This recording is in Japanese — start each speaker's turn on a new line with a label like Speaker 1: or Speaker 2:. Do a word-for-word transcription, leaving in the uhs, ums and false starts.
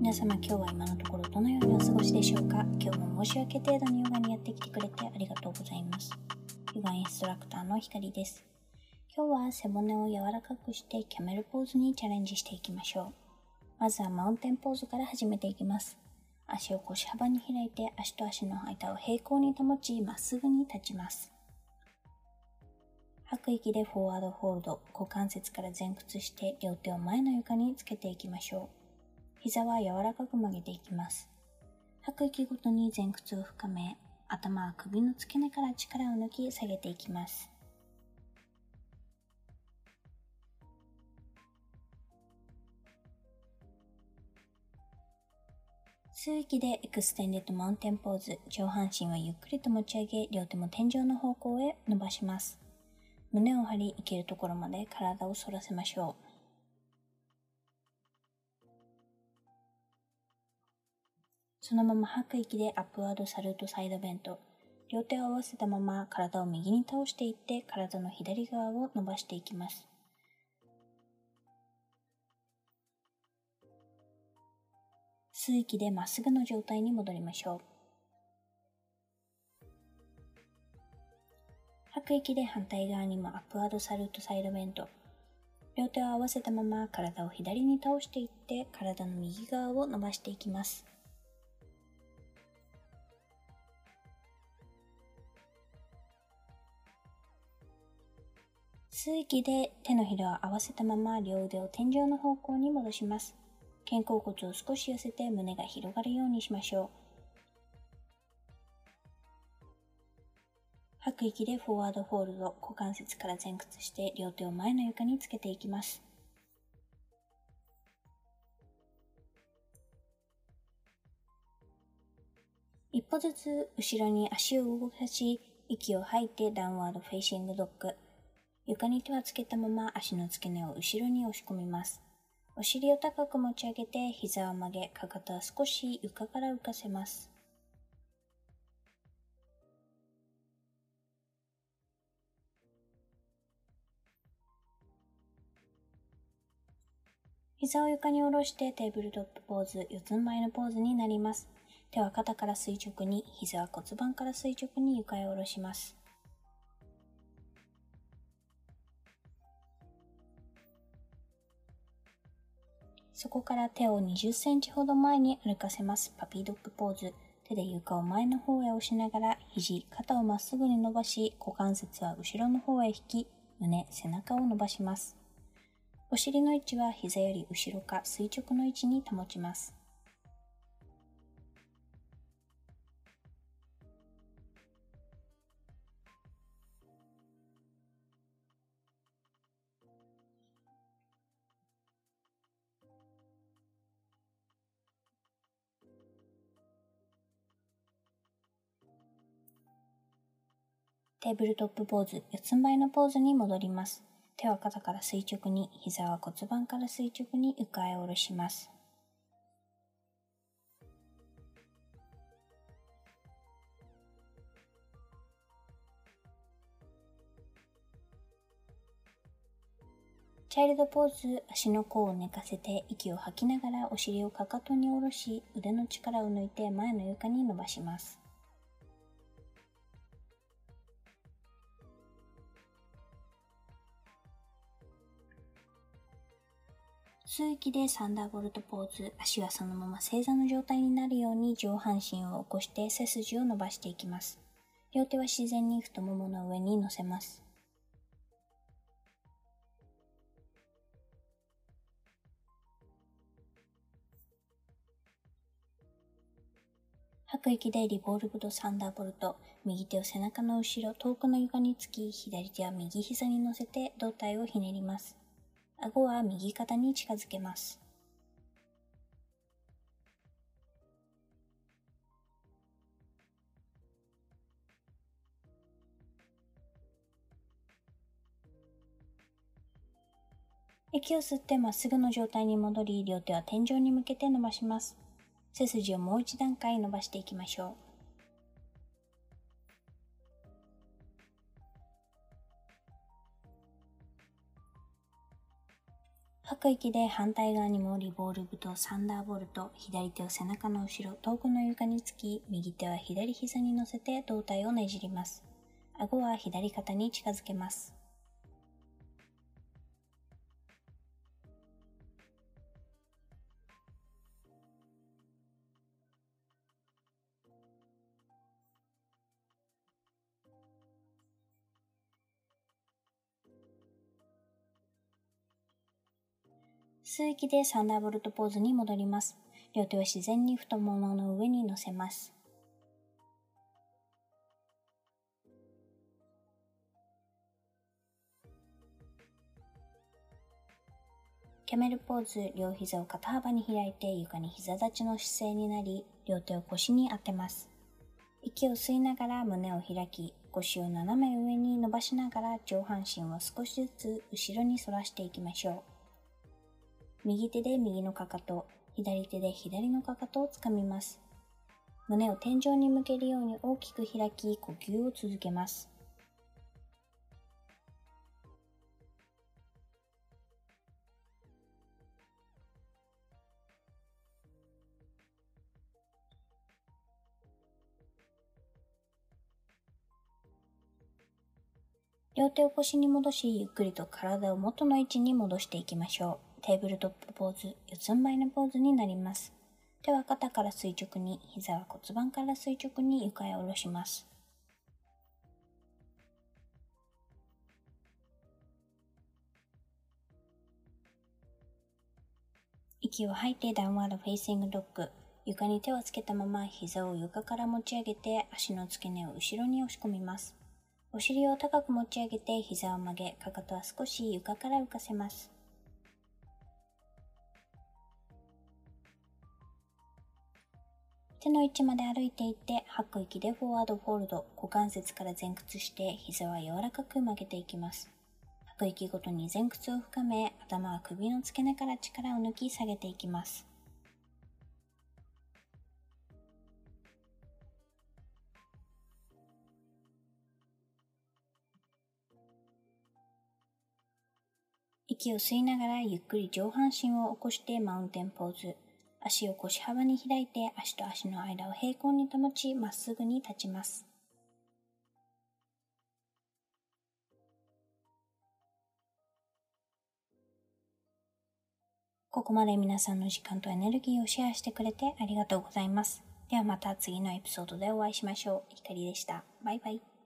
Speaker 1: 皆様、今日は今のところどのようにお過ごしでしょうか。今日も申し訳程度にヨガにやってきてくれてありがとうございます。ヨガインストラクターのひかりです。今日は背骨を柔らかくしてキャメルポーズにチャレンジしていきましょう。まずはマウンテンポーズから始めていきます。足を腰幅に開いて、足と足の間を平行に保ち、まっすぐに立ちます。吐く息でフォワードホールド、股関節から前屈して両手を前の床につけていきましょう。膝は柔らかく曲げていきます。吐く息ごとに前屈を深め、頭は首の付け根から力を抜き下げていきます。吸う息でエクステンデッドマウンテンポーズ、上半身はゆっくりと持ち上げ、両手も天井の方向へ伸ばします。胸を張り、いけるところまで体を反らせましょう。そのまま吐く息でアップワードサルートサイドベント。両手を合わせたまま体を右に倒していって体の左側を伸ばしていきます。吸う息でまっすぐの状態に戻りましょう。吐く息で反対側にもアップワードサルートサイドベント。両手を合わせたまま体を左に倒していって体の右側を伸ばしていきます。吸う息で手のひらを合わせたまま両腕を天井の方向に戻します。肩甲骨を少し寄せて胸が広がるようにしましょう。吐く息でフォワードホールド、股関節から前屈して両手を前の床につけていきます。一歩ずつ後ろに足を動かし、息を吐いてダウンワードフェイシングドッグ。床に手はつけたまま足の付け根を後ろに押し込みます。お尻を高く持ち上げて膝を曲げ、かかとは少し床から浮かせます。膝を床に下ろしてテーブルトップポーズ、四つん這いのポーズになります。手は肩から垂直に、膝は骨盤から垂直に床へ下ろします。そこから手をにじゅっセンチほど前に歩かせます。パピードッグポーズ。手で床を前の方へ押しながら、肘、肩をまっすぐに伸ばし、股関節は後ろの方へ引き、胸、背中を伸ばします。お尻の位置は膝より後ろか垂直の位置に保ちます。テーブルトップポーズ、四つん這いのポーズに戻ります。手は肩から垂直に、膝は骨盤から垂直に床へ下ろします。チャイルドポーズ、足の甲を寝かせて息を吐きながらお尻をかかとに下ろし、腕の力を抜いて前の床に伸ばします。吸う息でサンダーボルトポーズ、足はそのまま正座の状態になるように上半身を起こして背筋を伸ばしていきます。両手は自然に太ももの上に乗せます。吐く息でリボルブドサンダーボルト、右手を背中の後ろ、遠くの床につき、左手は右膝に乗せて胴体をひねります。顎は右肩に近づけます。息を吸ってまっすぐの状態に戻り、両手は天井に向けて伸ばします。背筋をもう一段階伸ばしていきましょう。 吐く息で反対側にもリボルブとサンダーボルト、左手を背中の後ろ、遠くの床につき、右手は左膝に乗せて胴体をねじります。顎は左肩に近づけます。吸う息でサンダーボルトポーズに戻ります。両手は自然に太ももの上に乗せます。キャメルポーズ、両膝を肩幅に開いて床に膝立ちの姿勢になり、両手を腰に当てます。息を吸いながら胸を開き、腰を斜め上に伸ばしながら上半身を少しずつ後ろに反らしていきましょう。右手で右のかかと、左手で左のかかとをつかみます。胸を天井に向けるように大きく開き、呼吸を続けます。両手を腰に戻し、ゆっくりと体を元の位置に戻していきましょう。テーブルトップポーズ、四つん這いのポーズになります。手は肩から垂直に、膝は骨盤から垂直に床へ下ろします。息を吐いてダウンワードフェイシングドッグ。床に手をつけたまま膝を床から持ち上げて足の付け根を後ろに押し込みます。お尻を高く持ち上げて膝を曲げ、かかとは少し床から浮かせます。手の位置まで歩いていって、吐く息でフォワードフォールド、股関節から前屈して膝は柔らかく曲げていきます。吐く息ごとに前屈を深め、頭は首の付け根から力を抜き下げていきます。息を吸いながらゆっくり上半身を起こしてマウンテンポーズ。足を腰幅に開いて足と足の間を平行に保ち、まっすぐに立ちます。ここまで皆さんの時間とエネルギーをシェアしてくれてありがとうございます。ではまた次のエピソードでお会いしましょう。ひかりでした。バイバイ。